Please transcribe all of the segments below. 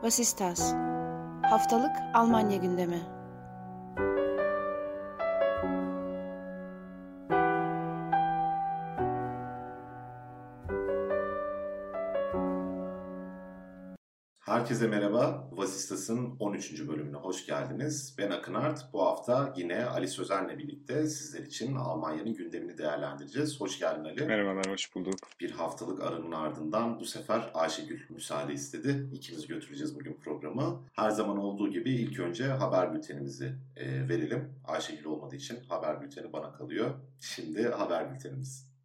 Vasistas. Haftalık Almanya gündemi. Herkese merhaba. Vasistas'ın 13. bölümüne hoş geldiniz. Ben Akın Art. Bu hafta yine Ali Sözen'le birlikte sizler için Almanya'nın gündemini değerlendireceğiz. Hoş geldin Ali. Merhabalar, hoş bulduk. Bir haftalık aranın ardından bu sefer Ayşegül müsaade istedi. İkimiz götüreceğiz bugün programı. Her zaman olduğu gibi ilk önce haber bültenimizi verelim. Ayşegül olmadığı için haber bülteni bana kalıyor. Şimdi haber bültenimiz.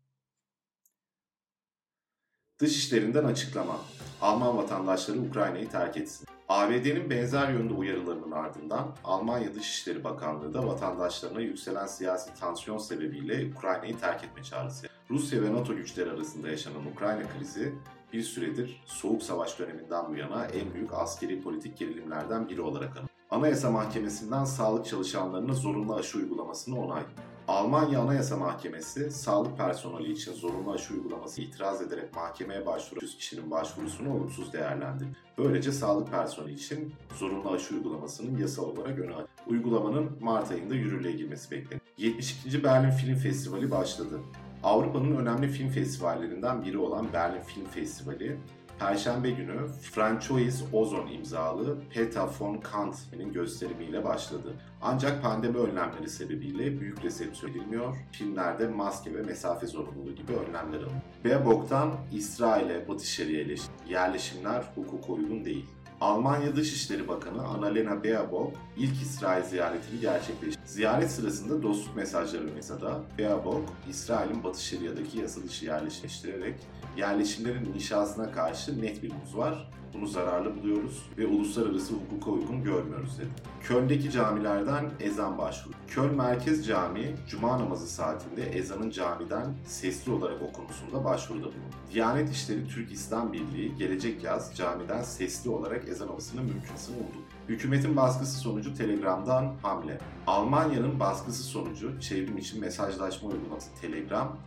Dışişlerinden açıklama. Alman vatandaşları Ukrayna'yı terk etsin. ABD'nin benzer yönde uyarılarının ardından Almanya Dışişleri Bakanlığı da vatandaşlarına yükselen siyasi tansiyon sebebiyle Ukrayna'yı terk etme çağrısı. Rusya ve NATO güçleri arasında yaşanan Ukrayna krizi bir süredir Soğuk Savaş döneminden bu yana en büyük askeri politik gerilimlerden biri olarak anılıyor. Anayasa Mahkemesi'nden sağlık çalışanlarına zorunlu aşı uygulamasını onay. Almanya Anayasa Mahkemesi, sağlık personeli için zorunlu aşı uygulaması itiraz ederek mahkemeye başvuran 100 kişinin başvurusunu olumsuz değerlendirdi. Böylece sağlık personeli için zorunlu aşı uygulamasının yasal olarak öne açıldı. Uygulamanın Mart ayında yürürlüğe girmesi bekleniyor. 72. Berlin Film Festivali başladı. Avrupa'nın önemli film festivallerinden biri olan Berlin Film Festivali, Perşembe günü Francois Ozon imzalı Peter von Kant'ın gösterimiyle başladı. Ancak pandemi önlemleri sebebiyle büyük resepsiyon edilmiyor. Filmlerde maske ve mesafe zorunluluğu gibi önlemler alınıyor. Baerbock'tan İsrail'e, Batı Şeria'ya yerleşimler hukuka uygun değil. Almanya Dışişleri Bakanı Annalena Baerbock ilk İsrail ziyaretini gerçekleştirdi. Ziyaret sırasında dostluk mesajları mesada Baerbock, İsrail'in Batı Şeria'daki yasa dışı yerleştirerek yerleşimlerin inşasına karşı net bir muz var. Bunu zararlı buluyoruz ve uluslararası hukuka uygun görmüyoruz dedi. Köln'deki camilerden ezan başvuru. Köln Merkez Camii, Cuma namazı saatinde ezanın camiden sesli olarak okunmasında başvuruda bulundu. Diyanet İşleri Türk İslam Birliği gelecek yaz camiden sesli olarak ezan okunmasını mümkünsün umdu. Hükümetin baskısı sonucu Telegram'dan hamle. Almanya'nın baskısı sonucu çevrim için mesajlaşma uygulaması Telegram,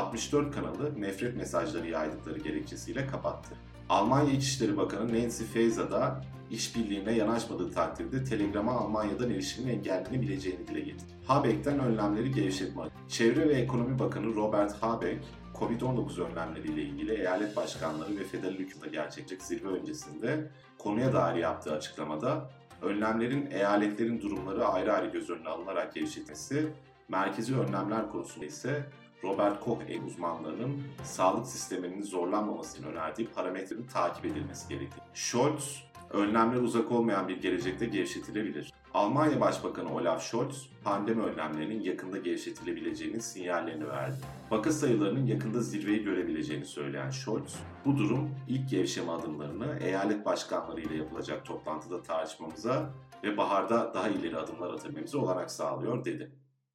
64 kanalı nefret mesajları yaydıkları gerekçesiyle kapattı. Almanya İçişleri Bakanı Nancy Faeser da işbirliğine yanaşmadığı takdirde Telegram'a Almanya'dan erişimin engellenebileceğini dile getirdi. Habeck'ten önlemleri gevşetme. Çevre ve Ekonomi Bakanı Robert Habeck, Covid-19 önlemleriyle ilgili eyalet başkanları ve federal hükümete gerçekleşecek zirve öncesinde konuya dair yaptığı açıklamada önlemlerin eyaletlerin durumları ayrı ayrı göz önüne alınarak gevşetilmesi, merkezi önlemler konusunda ise Robert Koch uzmanlarının sağlık sisteminin zorlanmamasını önerdiği parametrenin takip edilmesi gerektiği. Scholz, önlemler uzak olmayan bir gelecekte gevşetilebilir. Almanya Başbakanı Olaf Scholz, pandemi önlemlerinin yakında gevşetilebileceğinin sinyallerini verdi. Vaka sayılarının yakında zirveyi görebileceğini söyleyen Scholz, bu durum ilk gevşeme adımlarını eyalet başkanları ile yapılacak toplantıda tartışmamıza ve baharda daha ileri adımlar atabilmemize olanak sağlıyor dedi.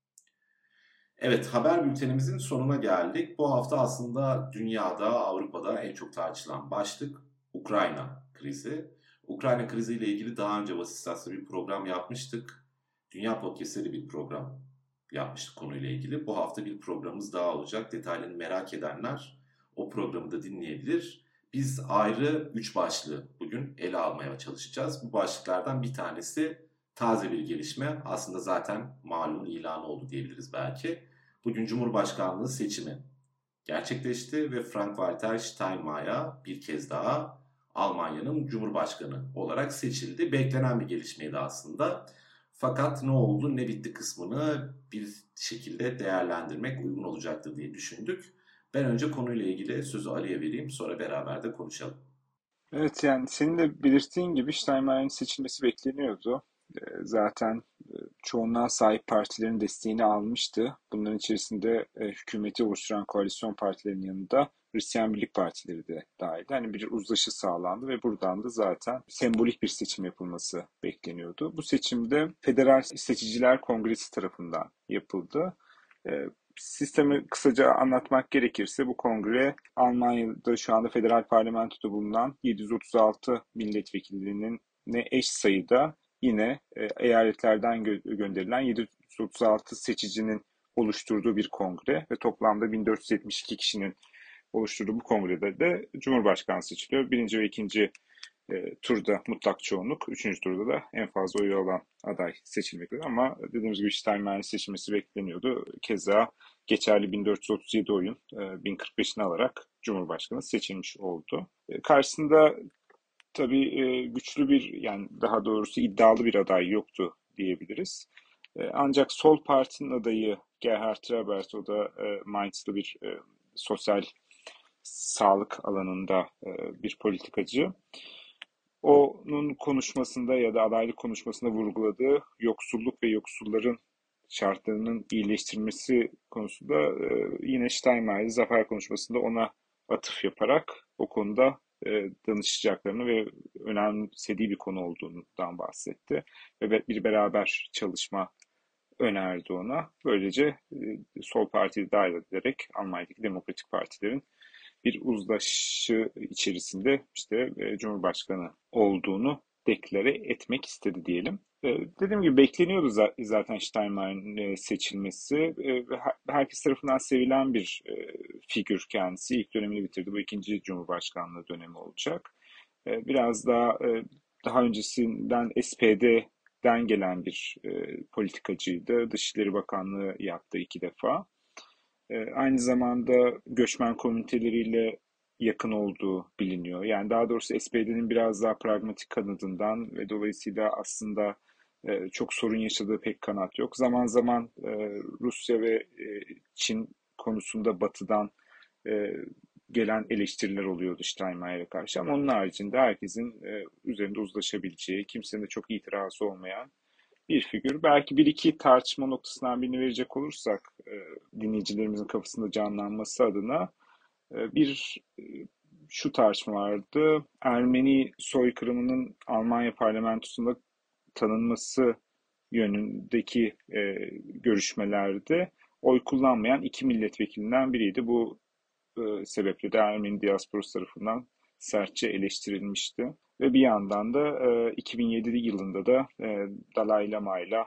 Evet, haber bültenimizin sonuna geldik. Bu hafta aslında dünyada, Avrupa'da en çok tartışılan başlık Ukrayna krizi. Ukrayna kriziyle ilgili daha önce Vasistas'ta bir program yapmıştık. Dünya Podcast'te bir program yapmıştık konuyla ilgili. Bu hafta bir programımız daha olacak. Detaylarını merak edenler o programı da dinleyebilir. Biz ayrı 3 başlığı bugün ele almaya çalışacağız. Bu başlıklardan bir tanesi taze bir gelişme. Aslında zaten malum ilanı oldu diyebiliriz belki. Bugün Cumhurbaşkanlığı seçimi gerçekleşti ve Frank-Walter Steinmeier bir kez daha Almanya'nın Cumhurbaşkanı olarak seçildi. Beklenen bir gelişmeydi aslında. Fakat ne oldu ne bitti kısmını bir şekilde değerlendirmek uygun olacaktır diye düşündük. Ben önce konuyla ilgili sözü Ali'ye vereyim, sonra beraber de konuşalım. Evet, yani senin de belirttiğin gibi Steinmeier'in seçilmesi bekleniyordu. Zaten çoğunluğa sahip partilerin desteğini almıştı. Bunların içerisinde hükümeti oluşturan koalisyon partilerinin yanında Hristiyan Birlik Partileri de dahil. Yani bir uzlaşı sağlandı ve buradan da zaten sembolik bir seçim yapılması bekleniyordu. Bu seçimde Federal Seçiciler Kongresi tarafından yapıldı. Sistemi kısaca anlatmak gerekirse bu kongre Almanya'da şu anda federal parlamentoda bulunan 736 milletvekilinin eş sayıda yine eyaletlerden gönderilen 736 seçicinin oluşturduğu bir kongre ve toplamda 1472 kişinin oluşturduğu bu kongrede de Cumhurbaşkanı seçiliyor. Birinci ve ikinci turda mutlak çoğunluk, üçüncü turda da en fazla oyu alan aday seçilmektedir. Ama dediğimiz gibi Steinmeier'in seçilmesi bekleniyordu. Keza geçerli 1437 oyun 1045'ini alarak Cumhurbaşkanı seçilmiş oldu. Karşısında tabii güçlü bir, yani daha doğrusu iddialı bir aday yoktu diyebiliriz. Ancak Sol Parti'nin adayı Gerhard Trabert, o da Mainz'lı bir sosyal sağlık alanında bir politikacı. Onun konuşmasında ya da adaylık konuşmasında vurguladığı yoksulluk ve yoksulların şartlarının iyileştirilmesi konusunda yine Steinmeier zafer konuşmasında ona atıf yaparak o konuda danışacaklarını ve önemsediği bir konu olduğundan bahsetti. Ve bir beraber çalışma önerdi ona. Böylece Sol Parti'yi dahil ederek Almanya'daki demokratik partilerin bir uzlaşı içerisinde işte Cumhurbaşkanı olduğunu deklare etmek istedi diyelim. Dediğim gibi bekleniyordu zaten Steinmeier'in seçilmesi. Herkes tarafından sevilen bir figür kendisi. İlk dönemini bitirdi. Bu ikinci Cumhurbaşkanlığı dönemi olacak. Biraz daha öncesinden SPD'den gelen bir politikacıydı. Dışişleri Bakanlığı yaptı 2 defa. Aynı zamanda göçmen komüniteleriyle yakın olduğu biliniyor. Yani daha doğrusu SPD'nin biraz daha pragmatik kanadından ve dolayısıyla aslında çok sorun yaşadığı pek kanat yok. Zaman zaman Rusya ve Çin konusunda Batı'dan gelen eleştiriler oluyordu Steinmeier'e karşı. Ama onun haricinde herkesin üzerinde uzlaşabileceği, kimsenin de çok itirazı olmayan bir figür. Belki bir iki tartışma noktasından birini verecek olursak dinleyicilerimizin kafasında canlanması adına bir şu tartışma vardı. Ermeni soykırımının Almanya parlamentosunda tanınması yönündeki görüşmelerde oy kullanmayan iki milletvekilinden biriydi. Bu sebeple de Ermeni diasporası tarafından sertçe eleştirilmişti. Ve bir yandan da 2007 yılında da Dalai Lama ile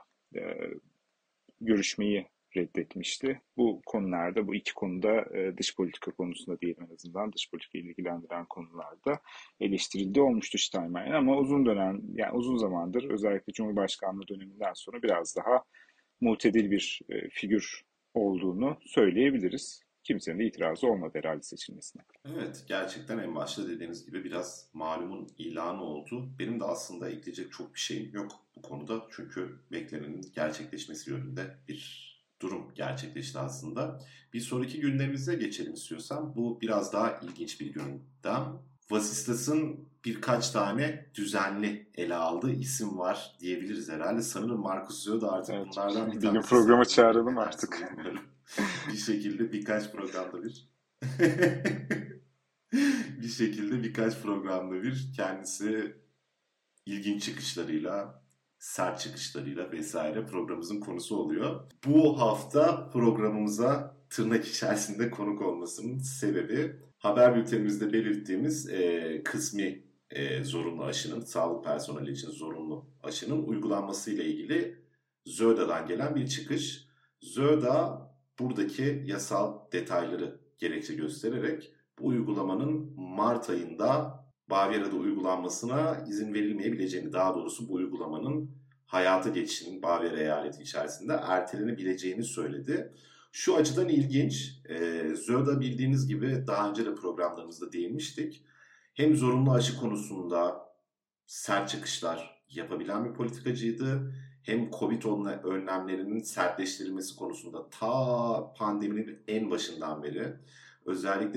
görüşmeyi reddetmişti. Bu konularda, bu iki konuda dış politika konusunda diyelim, en azından dış politikayı ilgilendiren konularda eleştirildiği olmuştu Steinmeier. Ama uzun dönem, yani uzun zamandır özellikle Cumhurbaşkanlığı döneminden sonra biraz daha mutedil bir figür olduğunu söyleyebiliriz. Kimsenin de itirazı olmadı herhalde seçilmesine. Evet, gerçekten en başta dediğiniz gibi biraz malumun ilanı oldu. Benim de aslında ekleyecek çok bir şeyim yok bu konuda. Çünkü beklenenin gerçekleşmesi yönünde bir durum gerçekleşti aslında. Bir sonraki gündemimize geçelim istiyorsan. Bu biraz daha ilginç bir gündem. Vasistas'ın birkaç tane düzenli ele aldığı isim var diyebiliriz herhalde. Sanırım Markus Söder artık Evet, bunlardan bir bir gün tanesi. programa çağıralım artık. Bir şekilde birkaç programda bir bir şekilde birkaç programda bir kendisi ilginç çıkışlarıyla, sert çıkışlarıyla vesaire programımızın konusu oluyor. Bu hafta programımıza tırnak içerisinde konuk olmasının sebebi haber bültenimizde belirttiğimiz kısmi zorunlu aşının, sağlık personeli için zorunlu aşının uygulanması ile ilgili ZÖDA'dan gelen bir çıkış. ZÖDA buradaki yasal detayları gerekçe göstererek bu uygulamanın Mart ayında Bavyera'da uygulanmasına izin verilmeyebileceğini, daha doğrusu bu uygulamanın hayata geçişinin Bavyera eyaleti içerisinde ertelenebileceğini söyledi. Şu açıdan ilginç, ZÖDA bildiğiniz gibi daha önce de programlarımızda değinmiştik. Hem zorunlu aşı konusunda sert çıkışlar yapabilen bir politikacıydı. Hem Covid önlemlerinin sertleştirilmesi konusunda ta pandeminin en başından beri özellikle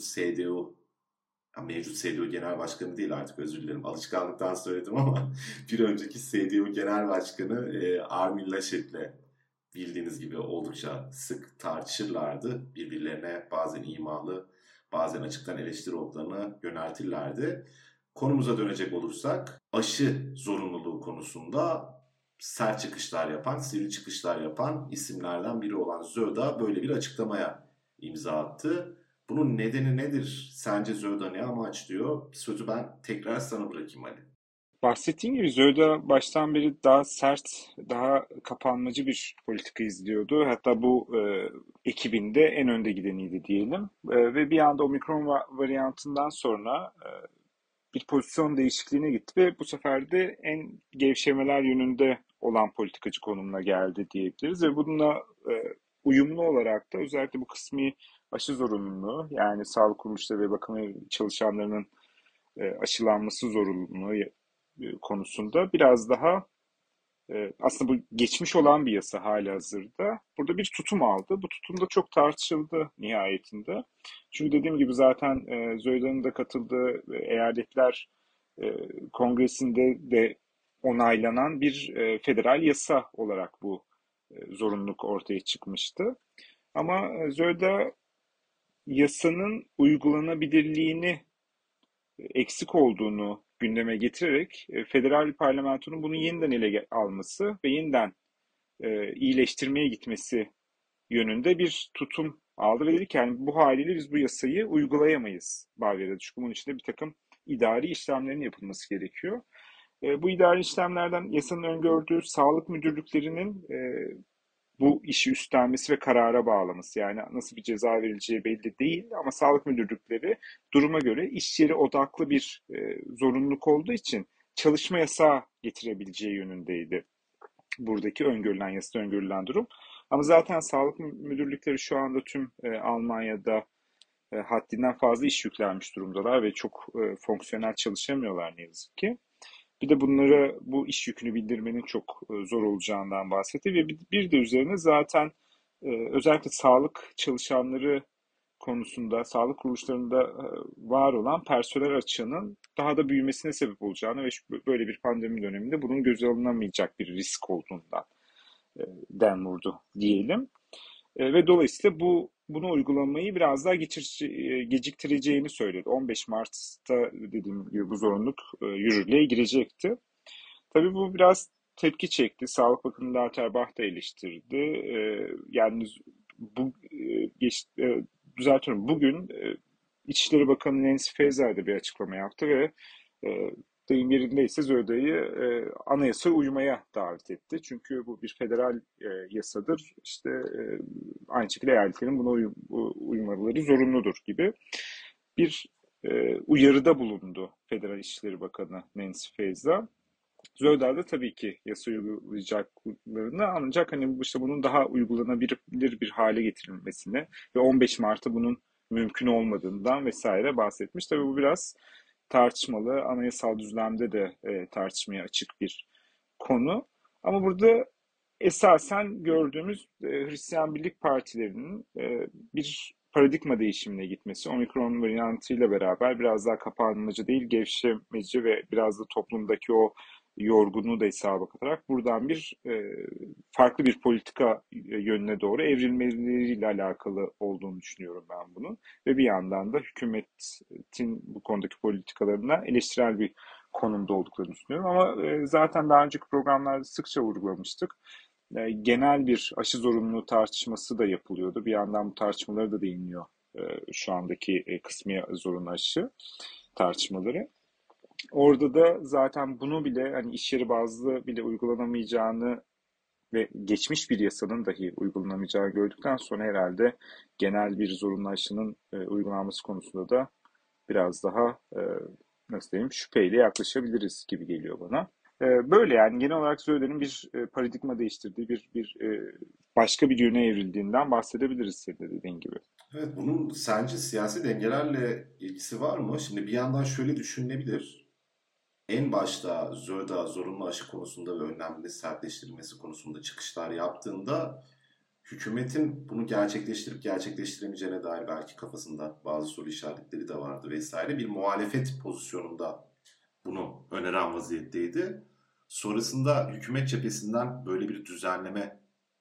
mevcut CDU Genel Başkanı değil, artık özür dilerim alışkanlıktan söyledim ama bir önceki CDU Genel Başkanı Armin Laschet'le bildiğiniz gibi oldukça sık tartışırlardı. Birbirlerine bazen imalı, bazen açıktan eleştiri oklarına yöneltirlerdi. Konumuza dönecek olursak aşı zorunluluğu konusunda sert çıkışlar yapan, sivri çıkışlar yapan isimlerden biri olan ZÖDA böyle bir açıklamaya imza attı. Bunun nedeni nedir? Sence ZÖDA ne amaçlıyor? Sözü ben tekrar sana bırakayım Ali. Bahsettiğim gibi Zöda baştan beri daha sert, daha kapanmacı bir politika izliyordu. Hatta bu ekibinde en önde gideniydi diyelim. Ve bir anda Omikron varyantından sonra bir pozisyon değişikliğine gitti ve bu sefer de en gevşemeler yönünde olan politikacı konumuna geldi diyebiliriz ve bununla uyumlu olarak da özellikle bu kısmi aşı zorunluluğu, yani sağlık kuruluşları ve bakım evi çalışanlarının aşılanması zorunluluğu konusunda biraz daha aslında bu geçmiş olan bir yasa halihazırda burada bir tutum aldı. Bu tutum da çok tartışıldı nihayetinde. Çünkü dediğim gibi zaten Zoyda'nın da katıldığı eyaletler e, kongresinde de onaylanan bir federal yasa olarak bu zorunluluk ortaya çıkmıştı. Ama Zoyda yasanın uygulanabilirliğini eksik olduğunu gündeme getirerek federal parlamentonun bunu yeniden ele alması ve yeniden iyileştirmeye gitmesi yönünde bir tutum aldı ve dedi ki yani bu haliyle biz bu yasayı uygulayamayız Bavyera'da. Çünkü bunun için de bir takım idari işlemlerin yapılması gerekiyor. Bu idari işlemlerden yasanın öngördüğü sağlık müdürlüklerinin bu işi üstlenmesi ve karara bağlaması. Yani nasıl bir ceza verileceği belli değil ama sağlık müdürlükleri duruma göre iş yeri odaklı bir zorunluluk olduğu için çalışma yasağı getirebileceği yönündeydi buradaki öngörülen, yasada öngörülen durum. Ama zaten sağlık müdürlükleri şu anda tüm Almanya'da haddinden fazla iş yüklenmiş durumdalar ve çok fonksiyonel çalışamıyorlar ne yazık ki. Bir de bunlara bu iş yükünü bildirmenin çok zor olacağından bahsetti ve bir de üzerine zaten özellikle sağlık çalışanları konusunda sağlık kuruluşlarında var olan personel açığının daha da büyümesine sebep olacağını ve böyle bir pandemi döneminde bunun göze alınamayacak bir risk olduğundan den vurdu diyelim. Ve dolayısıyla bunu uygulamayı biraz daha geciktireceğini söyledi. 15 Mart'ta dediğim gibi bu zorunluluk yürürlüğe girecekti. Tabii bu biraz tepki çekti. Sağlık Bakanı Lauterbach da eleştirdi. Yani bu düzeltiyorum. Bugün İçişleri Bakanı Nancy Faeser de bir açıklama yaptı ve deyim yerindeyse Zölda'yı anayasaya uymaya davet etti. Çünkü bu bir federal yasadır. İşte aynı şekilde eyaletlerin buna uymaları zorunludur gibi bir uyarıda bulundu Federal İşleri Bakanı Nancy Faeser. Zöldar da tabii ki yasa uygulayacaklarını ancak hani işte bunun daha uygulanabilir bir hale getirilmesini ve 15 Mart'ta bunun mümkün olmadığından vesaire bahsetmiş. Tabii bu biraz tartışmalı, anayasal düzlemde de tartışmaya açık bir konu. Ama burada esasen gördüğümüz Hristiyan Birlik Partilerinin bir paradigma değişimine gitmesi, Omikron varyantıyla beraber biraz daha kapanmacı değil, gevşemeci ve biraz da toplumdaki o yorgunluğu da hesaba katarak buradan bir farklı bir politika yönüne doğru evrilmeleriyle alakalı olduğunu düşünüyorum ben bunun. Ve bir yandan da hükümetin bu konudaki politikalarına eleştirel bir konumda olduklarını düşünüyorum. Ama zaten daha önceki programlarda sıkça vurgulamıştık. Genel bir aşı zorunluluğu tartışması da yapılıyordu. Bir yandan bu tartışmaları da değiniyor şu andaki kısmi zorunlu aşı tartışmaları. Orada da zaten bunu bile hani iş yeri bazlı bile uygulanamayacağını ve geçmiş bir yasanın dahi uygulanamayacağını gördükten sonra herhalde genel bir zorunlu aşının uygulanması konusunda da biraz daha nasıl diyeyim şüpheyle yaklaşabiliriz gibi geliyor bana. Böyle yani genel olarak Söder'in bir paradigma değiştirdiği bir başka bir yöne evrildiğinden bahsedebiliriz senin de dediğin gibi. Evet, bunun sence siyasi dengelerle ilgisi var mı? Şimdi bir yandan şöyle düşünülebilir. En başta Zöda zorunlu aşı konusunda ve önlemleri sertleştirilmesi konusunda çıkışlar yaptığında hükümetin bunu gerçekleştirip gerçekleştiremeyeceğine dair belki kafasında bazı soru işaretleri de vardı vesaire. Bir muhalefet pozisyonunda bunu öneren vaziyetteydi. Sonrasında hükümet cephesinden böyle bir düzenleme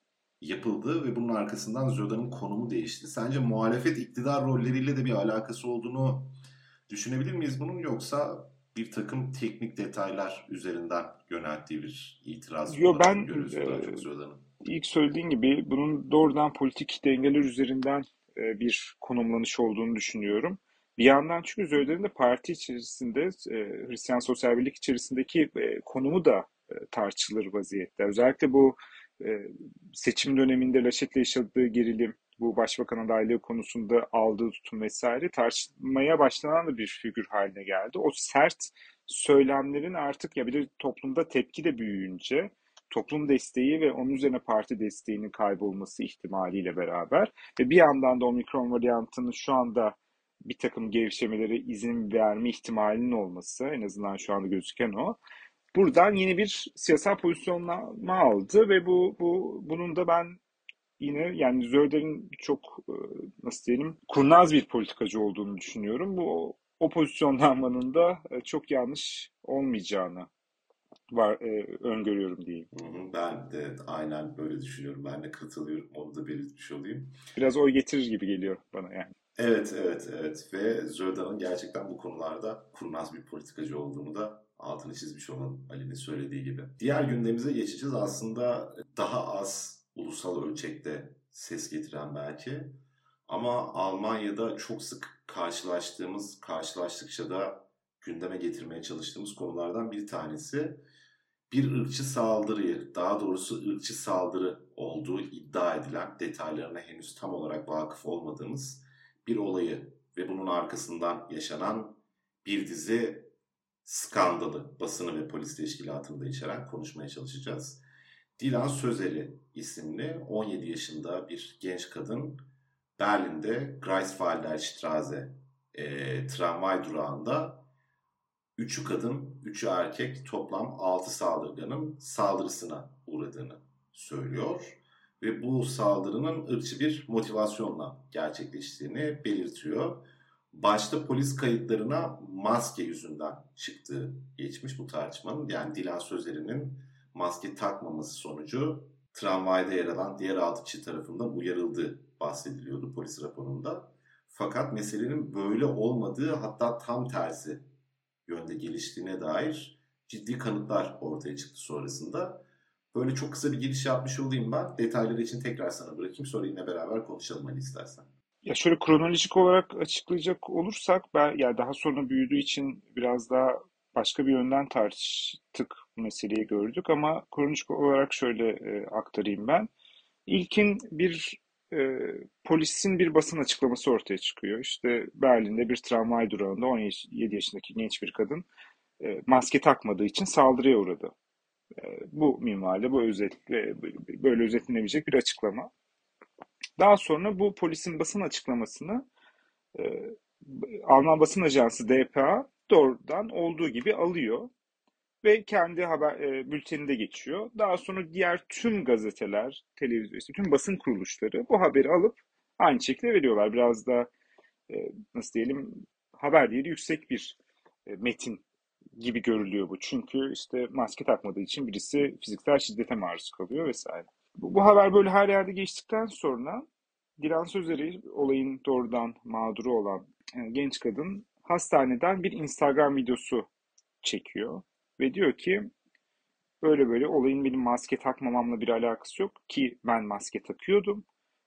yapıldı ve bunun arkasından Zöda'nın konumu değişti. Sence muhalefet iktidar rolleriyle de bir alakası olduğunu düşünebilir miyiz bunun, yoksa bir takım teknik detaylar üzerinden yönelttiği bir itiraz Yo olarak mı ben görüyorsun daha çok Zöda'nın? ilk söylediğin gibi bunun doğrudan politik dengeler üzerinden bir konumlanış olduğunu düşünüyorum. Bir yandan çünkü Zöder'in de parti içerisinde Hristiyan Sosyal Birlik içerisindeki konumu da tartışılır vaziyette. Özellikle bu e, seçim döneminde Laşet'le yaşadığı gerilim bu başbakan adaylığı konusunda aldığı tutum vesaire tartışmaya başlanan da bir figür haline geldi. O sert söylemlerin artık ya bir de toplumda tepki de büyüyünce toplum desteği ve onun üzerine parti desteğinin kaybolması ihtimaliyle beraber ve bir yandan da omikron varyantının şu anda bir takım gevşemelere izin verme ihtimalinin olması, en azından şu anda gözüken o. Buradan yeni bir siyasal pozisyonlama aldı ve bunun da ben yine yani Zöder'in çok nasıl diyelim kurnaz bir politikacı olduğunu düşünüyorum. O pozisyonlanmanın da çok yanlış olmayacağını öngörüyorum diyeyim. Ben de aynen böyle düşünüyorum. Ben de katılıyorum. Onu da belirtmiş olayım. Biraz oy getirir gibi geliyor bana yani. Evet. Ve Zöder'in gerçekten bu konularda kurnaz bir politikacı olduğunu da altını çizmiş olan Ali'nin söylediği gibi. Diğer gündemimize geçeceğiz. Aslında daha az ulusal ölçekte ses getiren belki. Ama Almanya'da çok sık karşılaştıkça da gündeme getirmeye çalıştığımız konulardan bir tanesi. Bir ırkçı saldırıyı, daha doğrusu ırkçı saldırı olduğu iddia edilen, detaylarına henüz tam olarak vakıf olmadığımız bir olayı ve bunun arkasından yaşanan bir dizi skandalı, basını ve polis teşkilatını da içeren konuşmaya çalışacağız. Dilan Sözeri isimli 17 yaşında bir genç kadın Berlin'de Greifswalder Straße tramvay durağında 3'ü kadın, 3'ü erkek toplam 6 saldırganın saldırısına uğradığını söylüyor. Ve bu saldırının ırkçı bir motivasyonla gerçekleştiğini belirtiyor. Başta polis kayıtlarına maske yüzünden çıktığı geçmiş bu tartışmanın. Yani Dilan Sözeri'nin maske takmaması sonucu tramvayda yer alan diğer 6 kişi tarafından uyarıldığı bahsediliyordu polis raporunda. Fakat meselenin böyle olmadığı, hatta tam tersi yönde geliştiğine dair ciddi kanıtlar ortaya çıktı sonrasında. Böyle çok kısa bir giriş yapmış olayım ben. Detayları için tekrar sana bırakayım. Sonra yine beraber konuşalım hani istersen. Ya şöyle kronolojik olarak açıklayacak olursak ben yani daha sonra büyüdüğü için biraz daha başka bir yönden tartıştık meseleyi gördük ama kronolojik olarak şöyle aktarayım ben. İlkin bir polisin bir basın açıklaması ortaya çıkıyor. İşte Berlin'de bir tramvay durağında 17 yaşındaki genç bir kadın maske takmadığı için saldırıya uğradı. Bu minvalde, böyle özetlenebilecek bir açıklama. Daha sonra bu polisin basın açıklamasını e, Alman basın ajansı DPA doğrudan olduğu gibi alıyor ve kendi haber bülteninde geçiyor. Daha sonra diğer tüm gazeteler, televizyon, işte tüm basın kuruluşları bu haberi alıp aynı şekilde veriyorlar. Biraz da nasıl diyelim haber değeri yüksek bir metin gibi görülüyor bu. Çünkü işte maske takmadığı için birisi fiziksel şiddete maruz kalıyor vesaire. Bu haber böyle her yerde geçtikten sonra Dilan Sözeri olayın doğrudan mağduru olan genç kadın hastaneden bir Instagram videosu çekiyor ve diyor ki böyle böyle olayın benim maske takmamamla bir alakası yok ki ben maske takıyordum.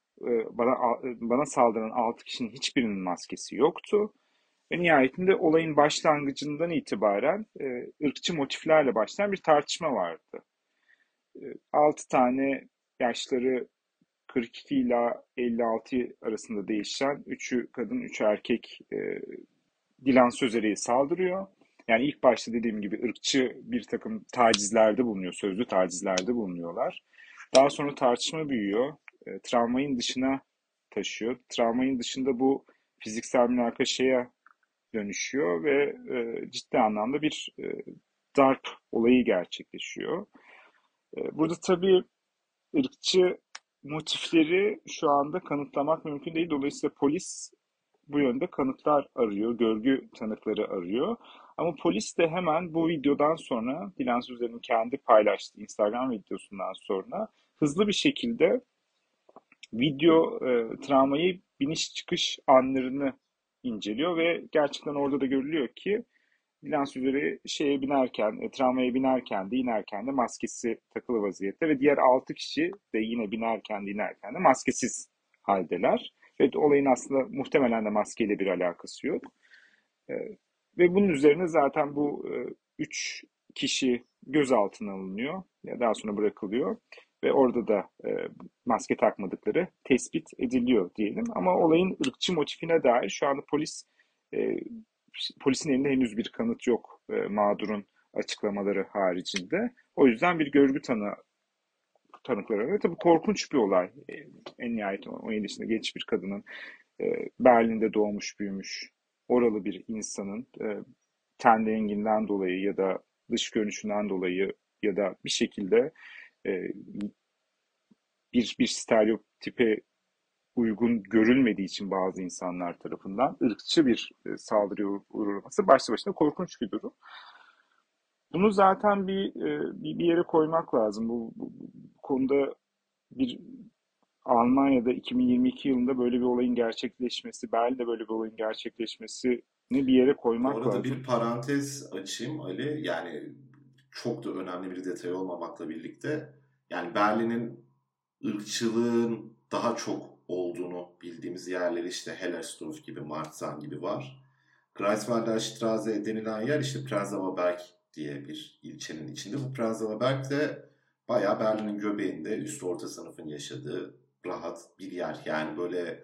Bana saldıran 6 kişinin hiçbirinin maskesi yoktu. Ve nihayetinde olayın başlangıcından itibaren ırkçı motiflerle başlayan bir tartışma vardı. 6 tane yaşları 42 ila 56 arasında değişen 3'ü kadın 3'ü erkek Dilan Sözeri'ye saldırıyor. Yani ilk başta dediğim gibi ırkçı bir takım tacizlerde bulunuyor, sözlü tacizlerde bulunuyorlar. Daha sonra tartışma büyüyor, travmayın dışına taşıyor. Travmayın dışında bu fiziksel münakaşaya dönüşüyor ve ciddi anlamda bir darp olayı gerçekleşiyor. Burada tabii ırkçı motifleri şu anda kanıtlamak mümkün değil. Dolayısıyla polis bu yönde kanıtlar arıyor, görgü tanıkları arıyor. Ama polis de hemen bu videodan sonra, Dilan Sözler'in kendi paylaştığı Instagram videosundan sonra hızlı bir şekilde tramvayı biniş çıkış anlarını inceliyor ve gerçekten orada da görülüyor ki Dilan Sözleri tramvaya binerken de inerken de maskesi takılı vaziyette ve diğer 6 kişi de yine binerken de inerken de maskesiz haldeler. Ve olayın aslında muhtemelen de maskeyle bir alakası yok. E, Ve bunun üzerine zaten bu 3 kişi gözaltına alınıyor daha sonra bırakılıyor ve orada da maske takmadıkları tespit ediliyor diyelim. Ama olayın ırkçı motifine dair şu anda e, polisin elinde henüz bir kanıt yok mağdurun açıklamaları haricinde. O yüzden bir görgü tanıkları var. Tabii korkunç bir olay. En nihayet 17 yaşında genç bir kadının Berlin'de doğmuş büyümüş oralı bir insanın ten renginden dolayı ya da dış görünüşünden dolayı ya da bir şekilde e, bir stereotipe uygun görülmediği için bazı insanlar tarafından ırkçı bir saldırıya uğraması başlı başına korkunç bir durum. Bunu zaten bir yere koymak lazım. Bu konuda bir Almanya'da 2022 yılında böyle bir olayın gerçekleşmesi, Berlin'de böyle bir olayın gerçekleşmesini bir yere Bu koymak arada bir lazım. parantez açayım Ali. Yani çok da önemli bir detay olmamakla birlikte yani Berlin'in ırkçılığın daha çok olduğunu bildiğimiz yerleri işte Hellersdorf gibi, Marzahn gibi var. Greifswalder Straße denilen yer işte Prenzlauer Berg diye bir ilçenin içinde. Bu Prenzlauer Berg de bayağı Berlin'in göbeğinde üst orta sınıfın yaşadığı rahat bir yer. Yani böyle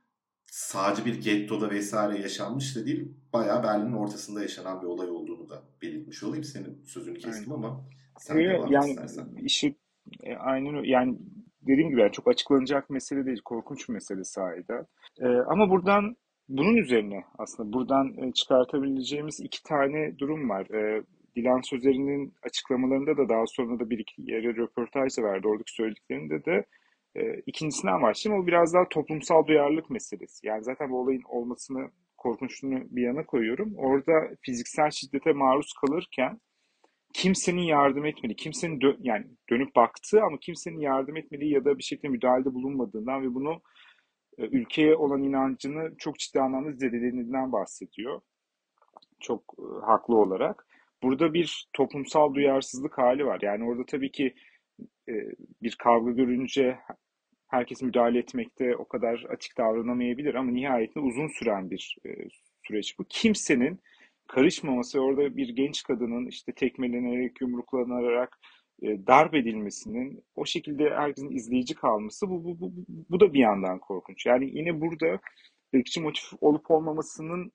sadece bir gettoda vesaire yaşanmış da değil, bayağı Berlin'in ortasında yaşanan bir olay olduğunu da belirtmiş olayım. Senin sözünü Yani, kestim ama sen devam et yani istersen. işi aynen yani dediğim gibi yani çok açıklanacak mesele değil, korkunç bir mesele sahiden. Ama bunun üzerine aslında buradan çıkartabileceğimiz iki tane durum var. Dilan Sözer'in açıklamalarında da daha sonra da bir iki yere röportaj da verdi. Oradaki söylediklerinde de ikincisini amaçlayayım. O biraz daha toplumsal duyarlılık meselesi. Yani zaten bu olayın olmasını, korkunçluğunu bir yana koyuyorum. Orada fiziksel şiddete maruz kalırken kimsenin yardım etmediği, yani dönüp baktığı ama kimsenin yardım etmediği ya da bir şekilde müdahalede bulunmadığından ve bunu ülkeye olan inancını çok ciddi anlamda zedelediğinden bahsediyor. Çok haklı olarak. Burada bir toplumsal duyarsızlık hali var. Yani orada tabii ki e, bir kavga görünce herkes müdahale etmekte o kadar açık davranamayabilir ama nihayetinde uzun süren bir süreç bu. Kimsenin karışmaması, orada bir genç kadının işte tekmelenerek, yumruklanarak darp edilmesinin, o şekilde herkesin izleyici kalması bu da bir yandan korkunç. Yani yine burada ırkçı motif olup olmamasının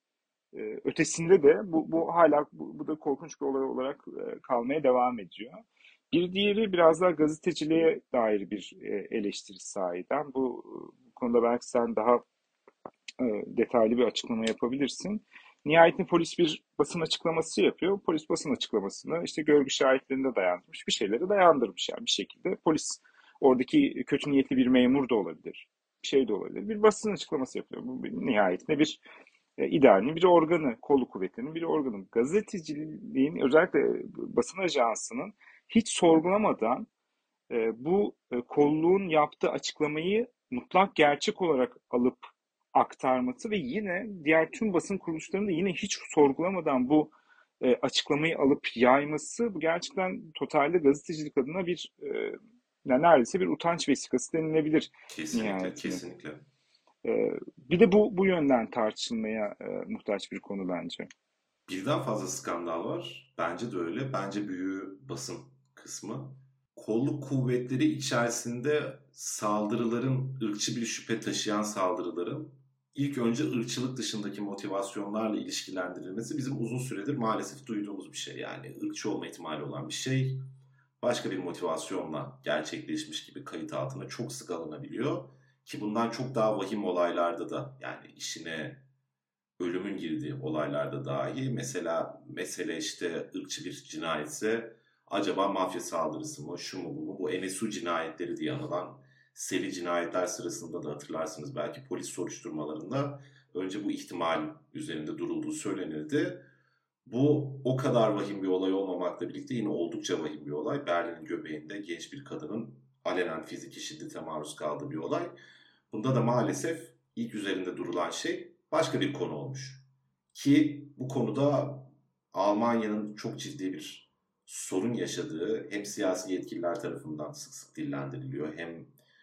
ötesinde de bu hala bu da korkunç bir olay olarak kalmaya devam ediyor. Bir diğeri biraz daha gazeteciliğe dair bir eleştiri sahiden. Bu konuda belki sen daha detaylı bir açıklama yapabilirsin. Nihayetinde polis bir basın açıklaması yapıyor. Polis basın açıklamasını işte görgü şahitlerine dayandırmış, bir şeylere dayandırmış yani bir şekilde. Polis oradaki kötü niyetli bir memur da olabilir, bir şey de olabilir. Bir basın açıklaması yapıyor. Bu nihayetinde bir idarenin bir organı, kolluk kuvvetlerinin bir organı. Gazeteciliğin özellikle basın ajansının hiç sorgulamadan bu kolluğun yaptığı açıklamayı mutlak gerçek olarak alıp aktarması ve yine diğer tüm basın kuruluşlarının da yine hiç sorgulamadan bu açıklamayı alıp yayması bu gerçekten totalde gazetecilik adına neredeyse bir utanç vesikası denilebilir Kesinlikle, nihayetinde. kesinlikle. Bir de bu yönden tartışılmaya muhtaç bir konu bence. Birden fazla skandal var. Bence de öyle. Bence büyüğü basın kısmı. Kolluk kuvvetleri içerisinde saldırıların, ırkçı bir şüphe taşıyan saldırıların ilk önce ırkçılık dışındaki motivasyonlarla ilişkilendirilmesi bizim uzun süredir maalesef duyduğumuz bir şey. Yani ırkçı olma ihtimali olan bir şey başka bir motivasyonla gerçekleşmiş gibi kayıt altına çok sık alınabiliyor. Ki bundan çok daha vahim olaylarda da yani işine ölümün girdiği olaylarda dahi mesela mesele işte ırkçı bir cinayetse acaba mafya saldırısı mı şu mu bu mu bu NSU cinayetleri diye anılan seri cinayetler sırasında da hatırlarsınız belki polis soruşturmalarında önce bu ihtimal üzerinde durulduğu söylenirdi. Bu o kadar vahim bir olay olmamakla birlikte yine oldukça vahim bir olay. Berlin'in göbeğinde genç bir kadının alenen fiziki şiddete maruz kaldığı bir olay. Bunda da maalesef ilk üzerinde durulan şey başka bir konu olmuş. Ki bu konuda Almanya'nın çok ciddi bir sorun yaşadığı hem siyasi yetkililer tarafından sık sık dillendiriliyor hem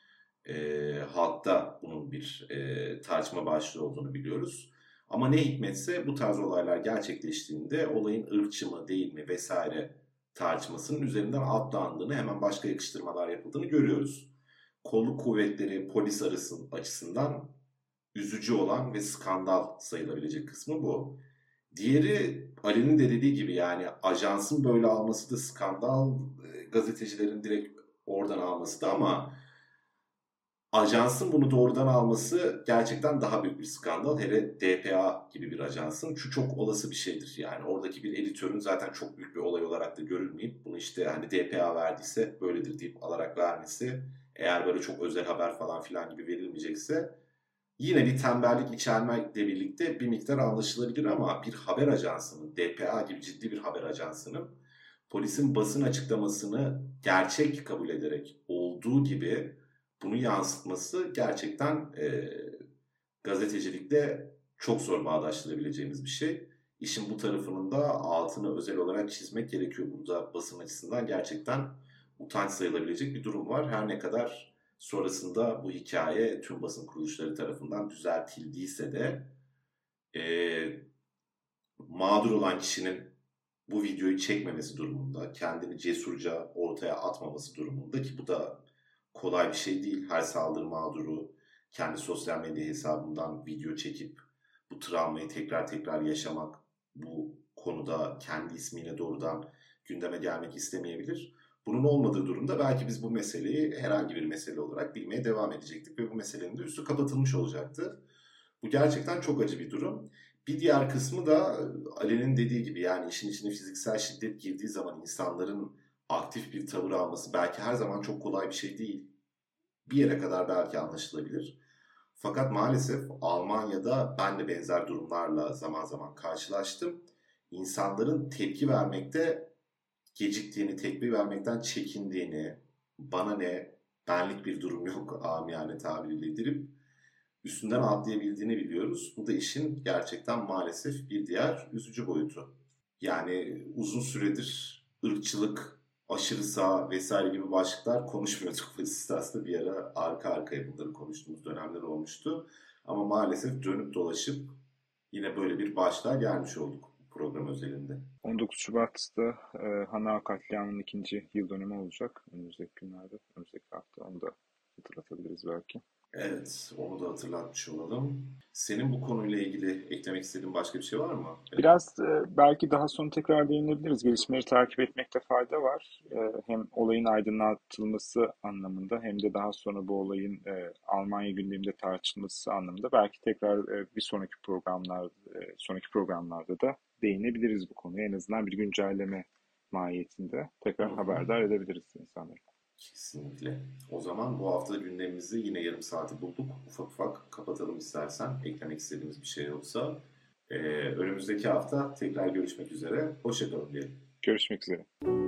halkta bunun bir tartışma başlığı olduğunu biliyoruz. Ama ne hikmetse bu tarz olaylar gerçekleştiğinde olayın ırkçı mı değil mi vesaire tartışmasının üzerinden atlandığını, hemen başka yakıştırmalar yapıldığını görüyoruz. Kolluk kuvvetleri polis açısından üzücü olan ve skandal sayılabilecek kısmı bu. Diğeri Ali'nin de dediği gibi, yani ajansın böyle alması da skandal, gazetecilerin direkt oradan alması da, ama ajansın bunu doğrudan alması gerçekten daha büyük bir skandal. Hele DPA gibi bir ajansın. Şu çok olası bir şeydir. Yani oradaki bir editörün zaten çok büyük bir olay olarak da görülmeyip bunu işte hani DPA verdiyse böyledir deyip alarak vermesi, eğer böyle çok özel haber falan filan gibi verilmeyecekse, yine bir tembellik içermekle birlikte bir miktar anlaşılabilir, ama bir haber ajansının, DPA gibi ciddi bir haber ajansının polisin basın açıklamasını gerçek kabul ederek olduğu gibi bunu yansıtması gerçekten gazetecilikte çok zor bağdaştırabileceğimiz bir şey. İşin bu tarafının da altını özel olarak çizmek gerekiyor. Burada basın açısından gerçekten utanç sayılabilecek bir durum var. Her ne kadar sonrasında bu hikaye tüm basın kuruluşları tarafından düzeltildiyse de mağdur olan kişinin bu videoyu çekmemesi durumunda, kendini cesurca ortaya atmaması durumunda, ki bu da kolay bir şey değil. Her saldırı mağduru kendi sosyal medya hesabından video çekip bu travmayı tekrar tekrar yaşamak, bu konuda kendi ismiyle doğrudan gündeme gelmek istemeyebilir. Bunun olmadığı durumda belki biz bu meseleyi herhangi bir mesele olarak bilmeye devam edecektik ve bu meselenin de üstü kapatılmış olacaktı. Bu gerçekten çok acı bir durum. Bir diğer kısmı da Ali'nin dediği gibi, yani işin içine fiziksel şiddet girdiği zaman insanların aktif bir tavır alması belki her zaman çok kolay bir şey değil. Bir yere kadar belki anlaşılabilir. Fakat maalesef Almanya'da ben de benzer durumlarla zaman zaman karşılaştım. İnsanların tepki vermekte geciktiğini, tepki vermekten çekindiğini, bana ne, benlik bir durum yok amiyane tabiriyle dirip üstünden atlayabildiğini biliyoruz. Bu da işin gerçekten maalesef bir diğer üzücü boyutu. Yani uzun süredir ırkçılık, aşırı sağ vesaire gibi başlıklar konuşmuyorduk. Aslında bir ara arka arkaya bunları konuştuğumuz dönemler olmuştu. Ama maalesef dönüp dolaşıp yine böyle bir başlığa gelmiş olduk program özelinde. 19 Şubat'ta Hana katliamının 2. yıl dönümü olacak. Önümüzdeki günlerde, önümüzdeki hafta, onu da hatırlatabiliriz belki. Evet, onu da hatırlatmış olalım. Senin bu konuyla ilgili eklemek istediğin başka bir şey var mı? Biraz belki daha sonra tekrar değinebiliriz. Gelişmeleri takip etmekte fayda var. Hem olayın aydınlatılması anlamında hem de daha sonra bu olayın Almanya gündeminde tartışılması anlamında belki tekrar bir sonraki programlarda da değinebiliriz bu konuya. En azından bir güncelleme mahiyetinde tekrar haberdar edebiliriz insanları. Kesinlikle. O zaman bu hafta gündemimizi yine yarım saati bulduk. Ufak ufak kapatalım istersen. Eklemek istediğimiz bir şey yoksa. Önümüzdeki hafta tekrar görüşmek üzere. Hoşça kalın diyelim. Görüşmek üzere.